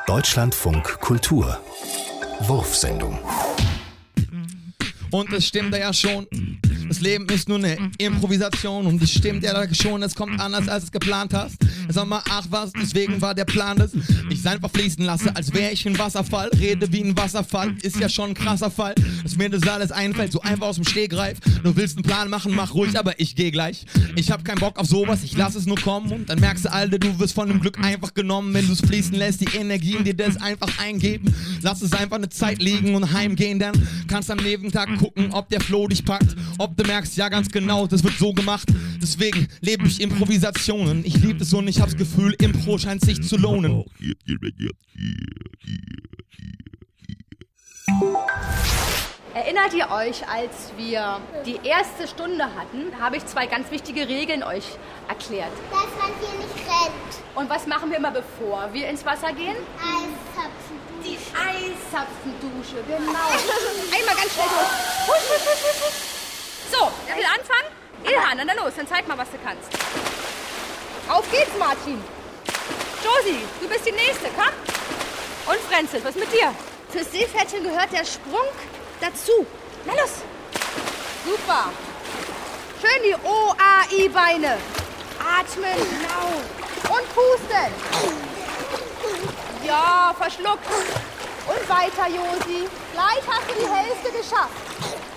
Deutschlandfunk Kultur Wurfsendung. Und es stimmt ja schon, das Leben ist nur eine Improvisation. Und es stimmt ja schon, es kommt anders, als du es geplant hast. Sag mal, ach was, deswegen war der Plan, dass ich es einfach fließen lasse, als wäre ich ein Wasserfall. Rede wie ein Wasserfall, ist ja schon ein krasser Fall, dass mir das alles einfällt, so einfach aus dem Stegreif. Du willst einen Plan machen, mach ruhig, aber ich geh gleich. Ich hab keinen Bock auf sowas, ich lass es nur kommen. Und dann merkst du, Alter, du wirst von dem Glück einfach genommen. Wenn du es fließen lässt, die Energie in dir das einfach eingeben. Lass es einfach eine Zeit liegen und heimgehen, dann kannst am Nebentag gucken, ob der Flow dich packt. Ob du merkst, ja ganz genau, das wird so gemacht. Deswegen lebe ich Improvisationen. Ich liebe es und ich hab's Gefühl, Impro scheint sich zu lohnen. Erinnert ihr euch, als wir die erste Stunde hatten, habe ich 2 ganz wichtige Regeln euch erklärt. Dass man hier nicht rennt. Und was machen wir immer, bevor wir ins Wasser gehen? Eiszapfendusche. Die Eiszapfendusche, genau. Einmal ganz schnell durch. Husch, husch, husch, husch, husch. So, wer will anfangen? Ilhan, dann los, dann zeig mal, was du kannst. Auf geht's, Martin. Josie, du bist die Nächste, komm. Und Frenzel, was mit dir? Fürs Seepferdchen gehört der Sprung dazu. Na los. Super. Schön die OAI-Beine. Atmen, genau. Und pusten. Ja, verschluckt. Und weiter, Josi. Gleich hast du die Hälfte geschafft.